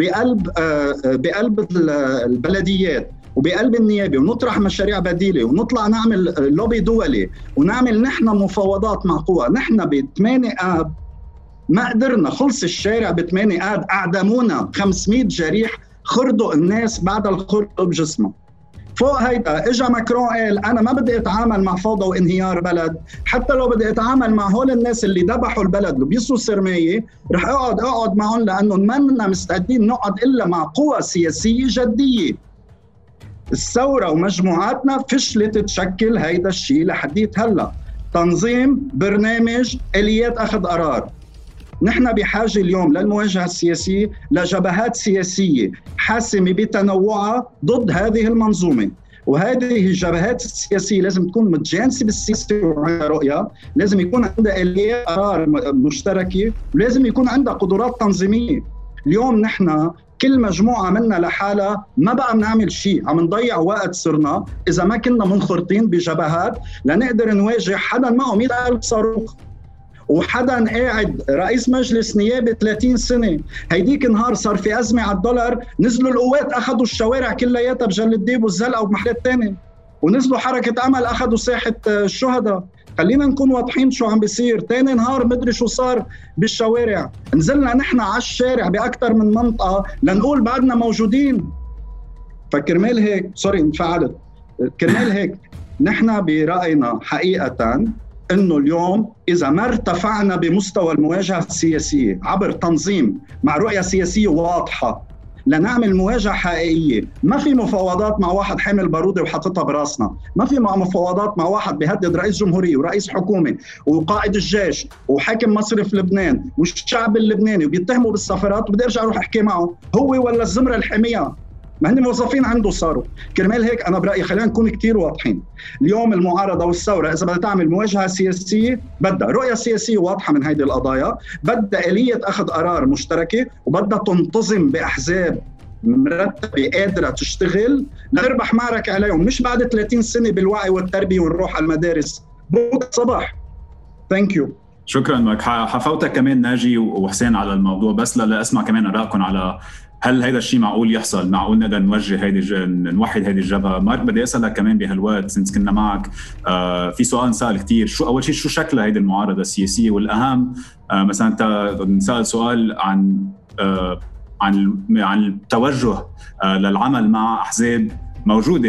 وبقلب البلديات وبقلب النيابة، ونطرح مشاريع بديلة ونطلع نعمل لوبي دولي ونعمل نحن مفاوضات مع قوى. نحن ب8 آب ما قدرنا، خلص الشارع ب8 آب، أعدمونا 500 جريح، خردوا الناس بعد الخرد بجسمه. فوق هيدا اجا ماكرون قال انا ما بدي اتعامل مع فوضى وانهيار بلد، حتى لو بدي اتعامل مع هول الناس اللي ذبحوا البلد اللي بيصوا سرمايه رح اقعد معهم، لانه ما لنا مستعدين نقعد الا مع قوى سياسيه جديه. الثوره ومجموعاتنا فشلت تشكل هيدا الشيء لحديت هلا، تنظيم، برنامج، اليات اخذ قرار. نحن بحاجة اليوم للمواجهة السياسية لجبهات سياسية حاسمة بتنوعها ضد هذه المنظومة، وهذه الجبهات السياسية لازم تكون متجانسة بالسياسة وعندها رؤية، لازم يكون عندها آليات قرار مشتركة، ولازم يكون عندها قدرات تنظيمية. اليوم نحن كل مجموعة منا لحالها ما بقى بنعمل شيء، عم نضيع وقت صرنا إذا ما كنا منخرطين بجبهات لنقدر نواجه حدا معه 100,000 صاروخ وحدا قاعد رئيس مجلس نيابة 30 سنة. هيديك نهار صار في أزمة على الدولار، نزلوا القوات أخذوا الشوارع كلياتها بجل الديب والزلقة وبمحلات تانية، ونزلوا حركة أمل أخذوا ساحة الشهداء. خلينا نكون واضحين شو عم بيصير. تاني نهار مدري شو صار بالشوارع، نزلنا نحن على الشارع بأكتر من منطقة لنقول بعدنا موجودين. فكرمال هيك سوري انفعلت، كرمال هيك نحن برأينا حقيقة إنه اليوم إذا ما ارتفعنا بمستوى المواجهة السياسية عبر تنظيم مع رؤية سياسية واضحة لنعمل مواجهة حقيقية، ما في مفاوضات مع واحد حامل بارودة وحطتها براسنا، ما في مفاوضات مع واحد بيهدد رئيس جمهورية ورئيس حكومة وقائد الجيش وحاكم مصرف لبنان والشعب اللبناني وبيتهموا بالسفرات وبدي أرجع أروح أحكي معه هو ولا الزمرة الحمية، ما هن موظفين عنده صاروا. كرمال هيك أنا برأيي خلينا نكون كتير واضحين. اليوم المعارضة والثورة إذا بدها تعمل مواجهة سياسية بدها رؤية سياسية واضحة من هذه القضايا، بدها آلية أخذ قرار مشتركة، وبدها تنتظم بأحزاب مرتبة قادرة تشتغل لنربح معركة عليهم، مش بعد 30 سنة بالوعي والتربية ونروح على المدارس بكرة صباح. ثانك يو. شكرا لك. حفوتك كمان ناجي وحسين على الموضوع، بس لأسمع كمان آرائكم على هل هذا الشيء معقول يحصل؟ معقول نقدر نوحد هذه الجبهة؟ مارك بدي أسألك كمان بهالوقت سنس كنا معك، في سؤال نسأل كتير، أول شيء شو شكل هذه المعارضة السياسية؟ والأهم مثلا أنت نسأل سؤال عن التوجه للعمل مع أحزاب موجودة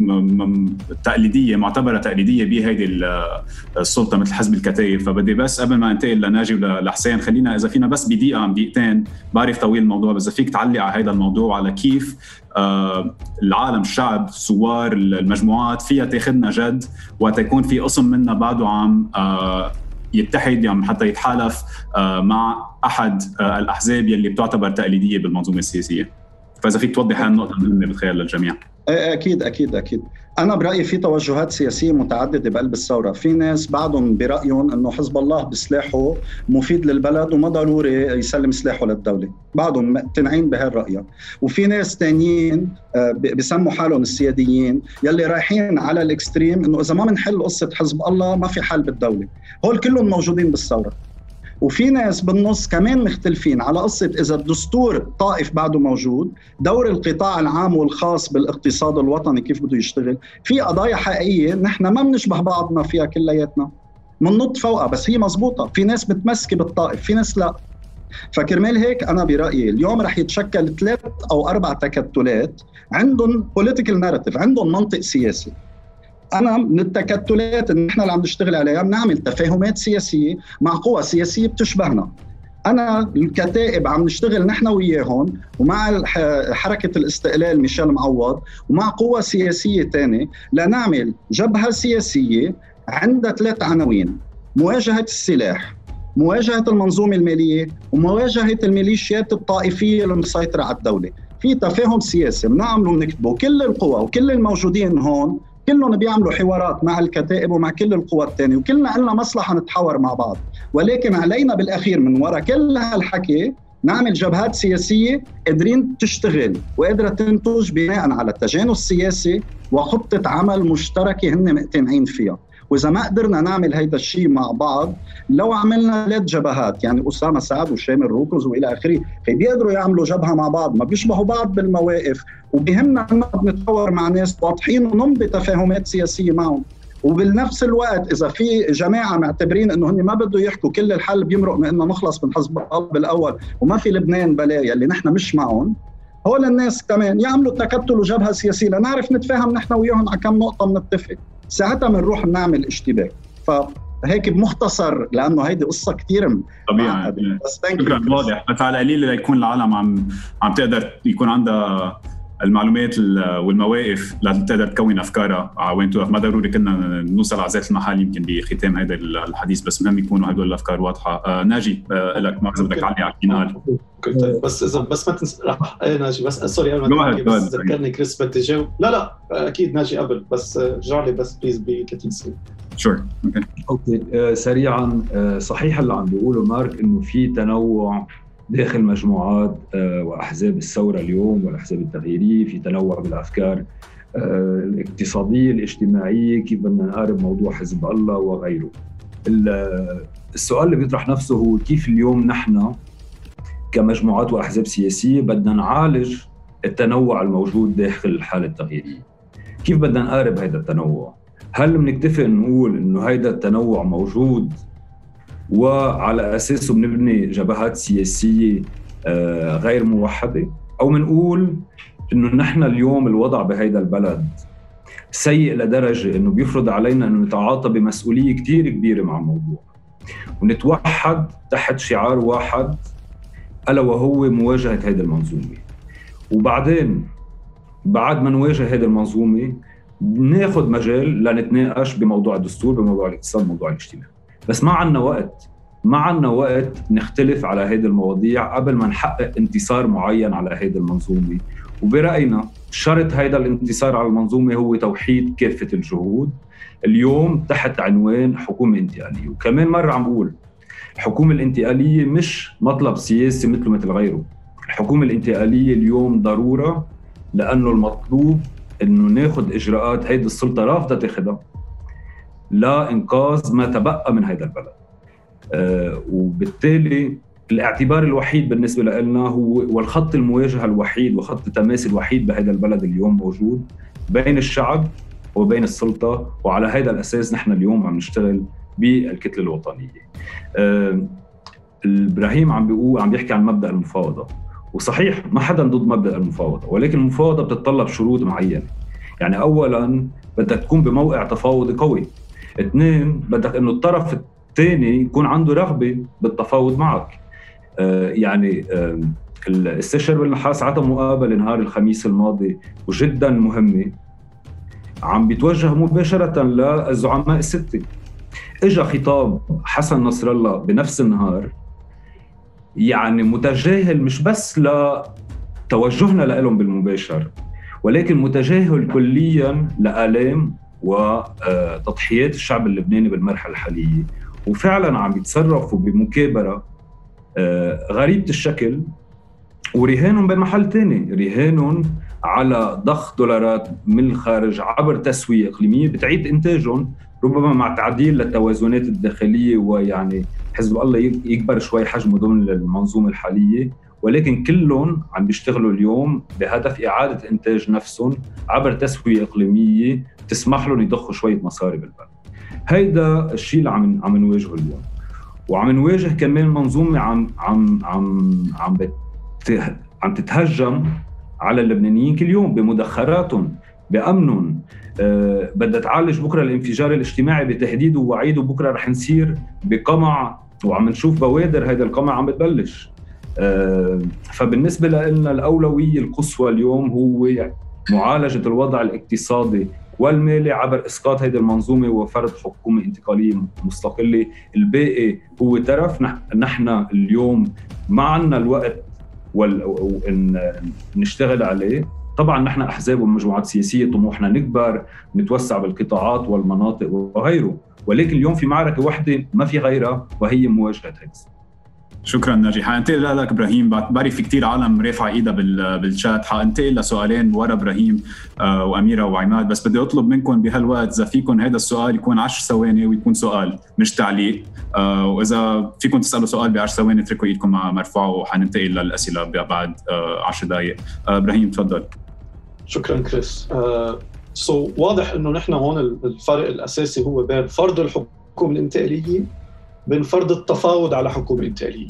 تقليدية، معتبرة تقليدية بهذه السلطة مثل حزب الكتائب. فبدي بس قبل ما انتقل لناجي ولحسين، خلينا إذا فينا بس بدقيقة دقيقتين، بعرف طويل الموضوع، بس إذا فيك تعلق على هذا الموضوع، على كيف العالم، الشعب، ثوار المجموعات فيها تاخدنا جد وتكون في قسم منا بعده عم يتحد يعني حتى يتحالف مع أحد الأحزاب يلي بتعتبر تقليدية بالمنظومة السياسية. فإذا فيك توضح هالنقطة مهمة بتخيل للجميع. أكيد. أنا برأيي في توجهات سياسية متعددة بقلب الثورة. في ناس بعضهم برأيهم أنه حزب الله بسلاحه مفيد للبلد وما ضروري يسلم سلاحه للدولة، بعضهم مقتنعين بهالرأي. وفي ناس تانيين بيسموا حالهم السياديين يلي رايحين على الإكستريم أنه إذا ما منحل قصة حزب الله ما في حل بالدولة. هول كلهم موجودين بالثورة. وفي ناس بالنص كمان مختلفين على قصة إذا الدستور طائف بعده موجود، دور القطاع العام والخاص بالاقتصاد الوطني كيف بده يشتغل. في قضايا حقيقية نحن ما بنشبه بعضنا فيها كلياتنا، مننط فوقها، بس هي مزبوطة. في ناس متمسكة بالطائف، في ناس لا. فكرمال هيك أنا برأيي اليوم رح يتشكل 3 أو 4 تكتلات عندهم political narrative، عندهم منطق سياسي. أنا من التكتلات اللي نحن اللي عم نشتغل عليها بنعمل تفاهمات سياسية مع قوى سياسية بتشبهنا. أنا الكتائب عم نشتغل نحن وياهم ومع حركة الاستقلال ميشيل معوض ومع قوى سياسية تانية لنعمل جبهة سياسية عندها 3 عناوين: مواجهة السلاح، مواجهة المنظومة المالية، ومواجهة الميليشيات الطائفية المسيطرة على الدولة. في تفاهم سياسي بنعمله ونكتبه، كل القوى وكل الموجودين هون كلهم بيعملوا حوارات مع الكتائب ومع كل القوى الثانية، وكلنا قلنا مصلحة نتحاور مع بعض. ولكن علينا بالأخير من وراء كل هالحكي نعمل جبهات سياسية قادرين تشتغل وقادرة تنتج بناء على التجانس السياسي وخطة عمل مشتركة هن مقتنعين فيها. وإذا ما قدرنا نعمل هيدا الشيء مع بعض، لو عملنا 3 جبهات يعني أسامة سعد وشامل روكوز وإلى آخره، بيقدروا يعملوا جبهة مع بعض، ما بيشبهوا بعض بالمواقف، وبيهمنا أن نتحاور مع ناس واضحين ونمضي تفاهمات سياسية معهم. وبالنفس الوقت إذا في جماعة معتبرين أنه هن ما بدوا يحكوا كل الحل بيمرق من أنه نخلص من حزب الله بالأول وما في لبنان بلايا اللي نحن مش معهم، هول الناس كمان يعملوا تكتل وجبهة سياسية لنعرف نتفاهم نحن وياهم على كم نقطة بنتفق، ساعتها بنروح نعمل اشتباك. فهيك بمختصر لأنه هيدي قصة كتير طبيعي. بس شكرا، واضح. بس على قليل ليكون العالم عم تقدر يكون عندها المعلومات والمواقف لتقدر تكون أفكارها وين تروح. ما ضروري كنا نوصل على ذات المحل يمكن بختام هذا الحديث، بس مهم يكونوا هدول الأفكار واضحة. ناجي لك ما بدك تعلي على الفينال. بس إذا بس ما تنسى ناجي بس سوري قبل ما تحكي بس ذكرني كريس بدي جاوب. لا أكيد ناجي قبل، بس رجع لي بس بليز ب 30 ثانية. Sure. اوكي. سريعا، صحيح اللي عم بيقوله مارك انه في تنوع داخل مجموعات واحزاب الثوره اليوم والاحزاب التغييريه، في تنوع بالافكار الاقتصاديه الاجتماعيه، كيف بدنا نقارب موضوع حزب الله وغيره. السؤال اللي بيطرح نفسه هو كيف اليوم نحن كمجموعات واحزاب سياسيه بدنا نعالج التنوع الموجود داخل الحاله التغييريه. كيف بدنا نقارب هذا التنوع؟ هل بنكتفي نقول إنه هيدا التنوع موجود وعلى أساسه بنبني جبهات سياسية غير موحدة، أو بنقول إنه نحن اليوم الوضع بهيدا البلد سيء لدرجة إنه بيفرض علينا إنه نتعاطى بمسؤولية كتير كبيرة مع الموضوع ونتوحد تحت شعار واحد ألا وهو مواجهة هيدا المنظومة. وبعدين بعد ما نواجه هيدا المنظومة ناخد مجال لنتناقش بموضوع الدستور، بموضوع الاقتصاد، بموضوع الاجتماع. بس ما عنا وقت نختلف على هيدا المواضيع قبل ما نحقق انتصار معين على هيدا المنظومة. وبرأينا شرط هيدا الانتصار على المنظومة هو توحيد كافة الجهود اليوم تحت عنوان حكومة انتقالية. وكمان مرة عم بقول الحكومة الانتقالية مش مطلب سياسي مثل غيره. الحكومة الانتقالية اليوم ضرورة لأنه المطلوب إنه ناخد إجراءات هيدي السلطة رافضة تاخدها لإنقاذ ما تبقى من هيدا البلد. وبالتالي الاعتبار الوحيد بالنسبة لنا هو والخط المواجهة الوحيد وخط التماس الوحيد بهذا البلد اليوم موجود بين الشعب وبين السلطة، وعلى هذا الأساس نحن اليوم عم نشتغل بالكتلة الوطنية. إبراهيم عم بيحكي عن مبدأ المفاوضة، وصحيح ما حدا ضد مبدأ المفاوضة، ولكن المفاوضة بتتطلب شروط معينة. يعني أولاً بدك تكون بموقع تفاوضي قوي، 2 بدك إنه الطرف الثاني يكون عنده رغبة بالتفاوض معك. يعني الاستشار بالنحاس عطى مقابلة نهار الخميس الماضي وجداً مهمة، عم بيتوجه مباشرة للزعماء الستة. اجى خطاب حسن نصر الله بنفس النهار يعني متجاهل مش بس لتوجهنا لهم بالمباشر، ولكن متجاهل كلياً لآلام وتضحيات الشعب اللبناني بالمرحلة الحالية، وفعلاً عم يتصرفوا بمكابرة غريبة الشكل، ورهانهم بمحل تاني، رهانهم على ضخ دولارات من الخارج عبر تسوية إقليمية بتعيد إنتاجهم، ربما مع تعديل للتوازنات الداخلية، ويعني حزب الله يكبر شوي حجمه ضمن المنظومة الحالية، ولكن كلهم عم بيشتغلوا اليوم بهدف إعادة إنتاج نفسهم عبر تسوية إقليمية تسمح لهم يضخوا شوية مصاري بالبلد. هيدا الشيء اللي عم نواجهه اليوم، وعم نواجه كمان منظومة عم تتهجم على اللبنانيين كل يوم بمدخراتهم، بأمنهم. بدها تعالج بكرة الانفجار الاجتماعي بتهديده ووعيده، بكرة رح نصير بقمع، وعم نشوف بوادر هذا القمع عم بتبلش. فبالنسبة لنا الأولوية القصوى اليوم هو معالجة الوضع الاقتصادي والمالي عبر إسقاط هذه المنظومة وفرض حكومة انتقالية مستقلة. الباقي هو ترف نحن اليوم ما عنا الوقت نشتغل عليه. طبعا نحن أحزاب ومجموعات سياسية طموحنا نكبر، نتوسع بالقطاعات والمناطق وغيره، ولكن اليوم في معركة واحدة ما في غيرها، وهي مواجهة هذا. شكرا ناجي. حانتقل لك ابراهيم، بعرف في كتير عالم رافعه ايدها بالشات، حانتقل لسؤالين ورا ابراهيم واميره وعماد، بس بدي اطلب منكم بهالوقت اذا فيكم هذا السؤال يكون 10 ثواني ويكون سؤال مش تعليق، واذا فيكم تسالوا سؤال ب10 ثواني اتركوا ايدكم مرفوعه وحننتقل للاسئله بعد 10 دقائق. ابراهيم تفضل. شكرا كريس. واضح انه نحن هون الفرق الاساسي هو بين فرض الحكومه الانتقاليه بين فرض التفاوض على حكومة انتقالية.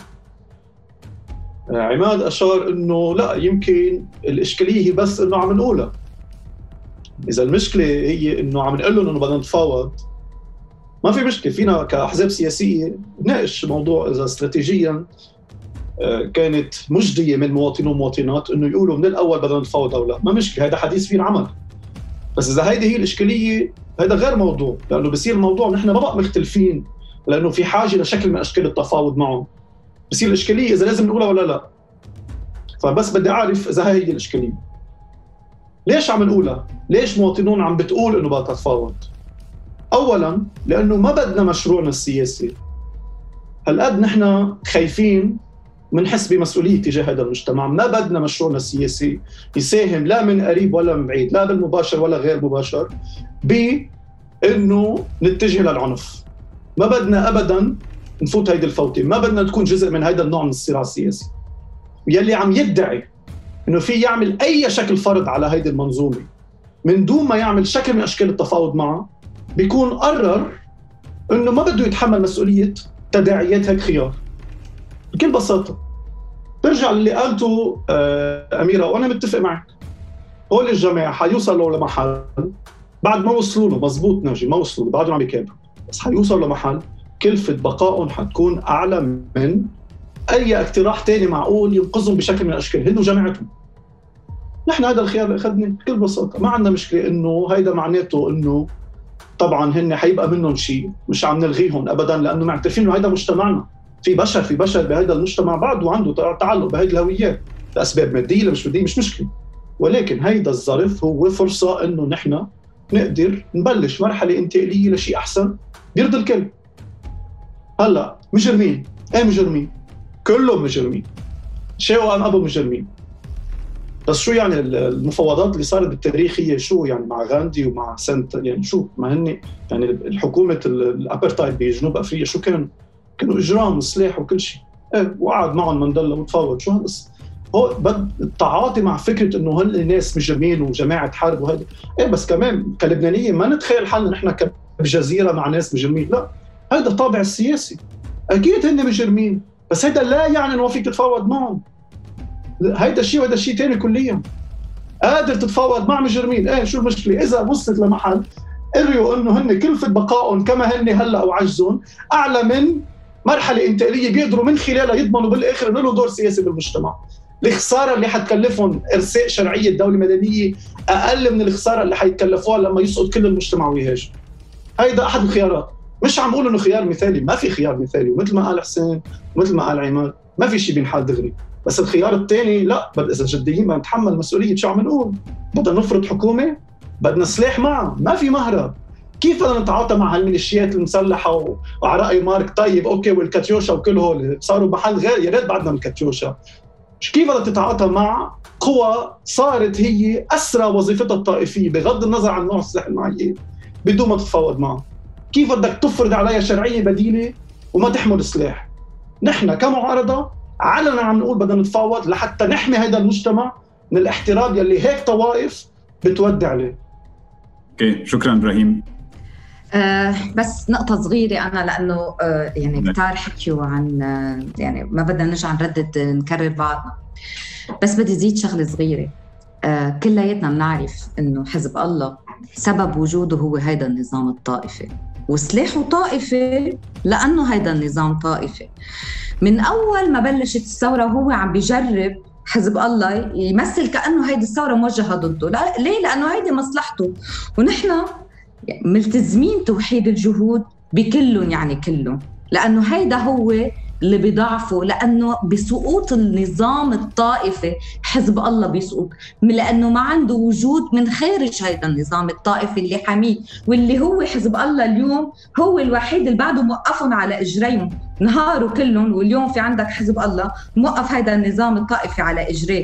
عماد أشار إنه لا، يمكن الإشكالية هي بس إنه عم نقولها. إذا المشكلة هي إنه عم نقول لهم إنه بدنا نتفاوض، ما في مشكلة، فينا كأحزاب سياسية نناقش موضوع إذا استراتيجياً كانت مجدية من مواطنين ومواطنات إنه يقولوا من الأول بدنا نتفاوض أو لا، ما مشكلة، هذا حديث فيه العمل. بس إذا هيدي هي الإشكالية هذا غير موضوع، لأنه بصير الموضوع نحن ما بقى مختلفين لأنه في حاجة لشكل من أشكال التفاوض معهم، بصير الإشكالية إذا لازم نقولها ولا لا. فبس بدي أعرف إذا هي الإشكالية ليش عم نقولها؟ ليش مواطنون عم بتقول إنه بدها تتفاوض؟ أولاً لأنه ما بدنا مشروعنا السياسي هالقد نحن خايفين منحس بمسؤولية تجاه هذا المجتمع، ما بدنا مشروعنا السياسي يساهم لا من قريب ولا من بعيد، لا بالمباشر ولا غير مباشر، بإنه نتجه للعنف. ما بدنا أبداً نفوت هيدا الفوتة، ما بدنا تكون جزء من هيدا النوع من الصراع السياسي. يلي عم يدعي إنه في يعمل أي شكل فرض على هيدا المنظومة من دون ما يعمل شكل من أشكال التفاوض معه، بيكون قرر إنه ما بده يتحمل مسؤولية تداعيات هيك خيار. بكل بساطة برجع للي قالته أميرة، وأنا متفق معك. هول الجماعة حيوصلوا لمحل بعد ما وصلوا له، مزبوط ناجي، ما وصلوا له، بعدهم عم يكابروا، بس حيوصلوا لمحل كلفة بقائهم حتكون أعلى من أي اقتراح تاني معقول ينقذهم بشكل من الأشكال، هن وجماعتهم. نحن هذا الخيار اللي أخذناه بكل بساطة، ما عندنا مشكلة إنه هيدا معناته إنه طبعاً هن حيبقى منهم شيء، مش عم نلغيهم أبداً، لأنه معترفين إنه هيدا مجتمعنا، في بشر بهيدا المجتمع بعد وعنده تعلق بهيدا الهويات لأسباب مادية مش مادية، مش مشكلة. ولكن هيدا الظرف هو فرصة إنه نحن نقدر نبلش مرحلة انتقالية لشيء أحسن بيرضي الكل. هلا مجرمين، ايه مجرمين؟ كلهم مجرمين، شيء وأنا أبو مجرمين. بس شو يعني المفاوضات اللي صارت بالتاريخ هي شو يعني مع غاندي ومع سنت، يعني شو ما هن يعني الحكومة الأبرتايد بجنوب أفريقيا شو كانوا إجرام وسلاح وكل شيء. وقعد معهم مانديلا وتفاوض. شو هالقصة؟ هو التعاطي مع فكرة إنه هل الناس مجرمين وجماعة حرب وهذا بس كمان كلبنانية ما نتخيل حالنا نحن كجزيرة مع ناس مجرمين. لا، هذا الطابع السياسي. أكيد هن مجرمين، بس هذا لا يعني إنه فيك تتفاوض معهم. هيدا الشيء وهذا الشيء تاني كليا. قادر تتفاوض مع مجرمين، شو المشكلة؟ إذا وصلت لمحل قرروا إنه هن كلفة بقائهم كما هن هلا أو عجزهم أعلى من مرحلة انتقالية بيقدروا من خلالها يضمنوا بالآخر إنه له دور سياسي بالمجتمع. الخسارة اللي حتكلفهم إرساء شرعية دولة مدنية أقل من الخسارة اللي حيتكلفوها لما يسقط كل المجتمع ويهاجم. هيدا أحد الخيارات. مش عم بقول إنه خيار مثالي، ما في خيار مثالي، ومثل ما قال حسين ومثل ما قال عماد ما في شيء بينحل دغري. بس الخيار الثاني لا، إذا جديين بدنا نتحمل مسؤولية. شو عم نقول؟ بدنا نفرض حكومة، بدنا سلاح معها، ما في مهرب. كيف بدنا نتعاطى مع هالميليشيات المسلحة وعلى رأي مارك طيب أوكي والكاتيوشا وكل هول صاروا محل غير، يا ريت بعدنا من الكاتيوشا. كيف بدك تتعاطى مع قوى صارت هي أسرى وظيفتها الطائفية بغض النظر عن نوع السلاح المعين بدون ما تتفاوض معه؟ كيف بدك تفرض عليها شرعية بديلة وما تحمل سلاح؟ نحن كمعارضة علنا عم نقول بدنا نتفاوض لحتى نحمي هذا المجتمع من الاحتراب يلي هيك طوائف بتودع عليه. اوكي، شكرا ابراهيم. بس نقطة صغيرة أنا لأنه يعني كتار حكيوا عن يعني ما بدنا نرجع نردد نكرر بعضنا، بس بدي زيد شغلة صغيرة. كلياتنا بنعرف إنه حزب الله سبب وجوده هو هيدا النظام الطائفي وسلاحه طائفي لأنه هيدا النظام طائفي. من أول ما بلشت الثورة وهو عم بيجرب حزب الله يمثل كأنه هيدي الثورة موجهة ضده. ليه؟ لأنه هيدي مصلحته، ونحن ملتزمين توحيد الجهود بكلهم، يعني كلهم، لأنه هيدا هو اللي بيضعفه. لأنه بسقوط النظام الطائفي حزب الله بيسقط، لأنه ما عنده وجود من خارج هيدا النظام الطائفي اللي حميه، واللي هو حزب الله اليوم هو الوحيد اللي بعده موقفهم على إجريهم نهاروا كلهم. واليوم في عندك حزب الله موقف هيدا النظام الطائفي على إجريه،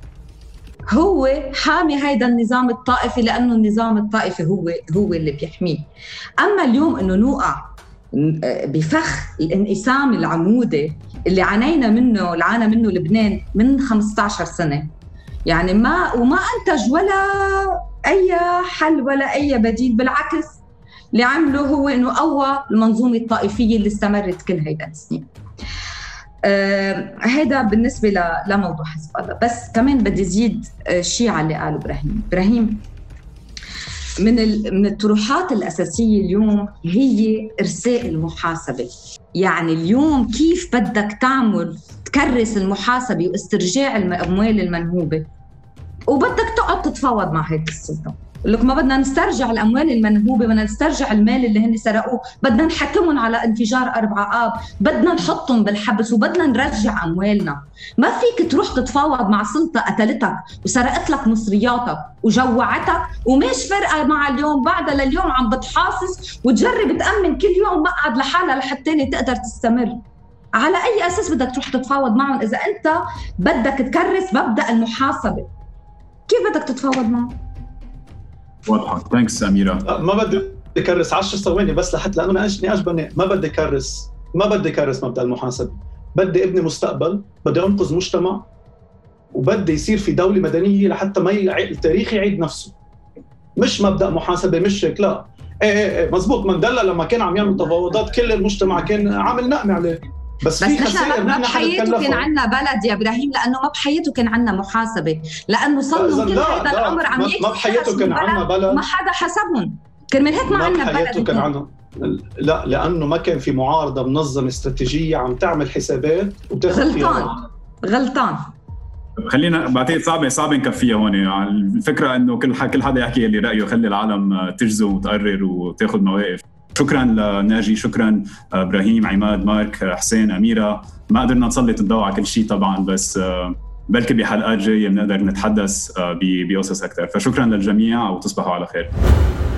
هو حامي هيدا النظام الطائفي لأنه النظام الطائفي هو اللي بيحميه. أما اليوم إنه نوقع بفخ الانقسام العمودي اللي عانى منه لبنان من 15 سنة، يعني وما أنتج ولا أي حل ولا أي بديل. بالعكس اللي عمله هو إنه قوى المنظومة الطائفية اللي استمرت كل هيدا السنين. هذا بالنسبة لموضوع حزب الله. بس كمان بدي زيد شيء على اللي قاله إبراهيم. من الطروحات الأساسية اليوم هي إرساء المحاسبة. يعني اليوم كيف بدك تكرس المحاسبة واسترجاع الأموال المنهوبة، وبدك تقعد تتفاوض مع هيك السلطة. لك ما بدنا نسترجع الأموال المنهوبة، بدنا نسترجع المال اللي هن سرقوه، بدنا نحكمهم على انفجار 4 آب، بدنا نحطهم بالحبس، وبدنا نرجع أموالنا. ما فيك تروح تتفاوض مع سلطة قتلتك وسرقت لك مصرياتك وجوعتك ومش فرقة مع اليوم بعدها لليوم عم بتحاصص وتجرب تأمن كل يوم مقعد لحالها لحتى تقدر تستمر. على أي أساس بدك تروح تتفاوض معهم إذا أنت بدك تكرس مبدأ المحاسبة؟ كيف بدك تتفاوض معهم؟ واضحة. ثانكس أميرة. ما بدي أكرس 10 ثواني بس لحتى لأنه نقاش بناء. ما بدي أكرس مبدأ المحاسبة. بدي ابني مستقبل، بدي أنقذ مجتمع، وبدي يصير في دولة مدنية لحتى ما التاريخ يعيد نفسه. مش مبدأ محاسبة مش هيك، لا. مزبوط. مانديلا لما كان عم يعمل تفاوضات كل المجتمع كان عامل نقمة عليه، بس في خسائر. ما بحياته كان عنا بلد يا إبراهيم، لأنه ما بحياته كان عنا محاسبة، لأنه صلوا كل هذا العمر عم يكفي. ما بحياته كان عنا بلد، ما حدا حسبهم. كان من هيك ما عنا بلد. كان عنا. لا، لأنه ما كان في معارضة منظمة استراتيجية عم تعمل حسابات وتاخذ غلطان. خلينا بعتقد صعبة نكفيها هون. يعني الفكرة إنه كل حدا يحكي اللي رأيه، خلي العالم تجزم وتقرر وتاخذ مواقف. شكرا لناجي، شكرا إبراهيم، عماد، مارك، حسين، أميرة. ما قدرنا نسلط الضوء على كل شيء طبعا، بس بلكي بحلقات جاية بنقدر نتحدث بقصص أكثر. فشكرا للجميع وتصبحوا على خير.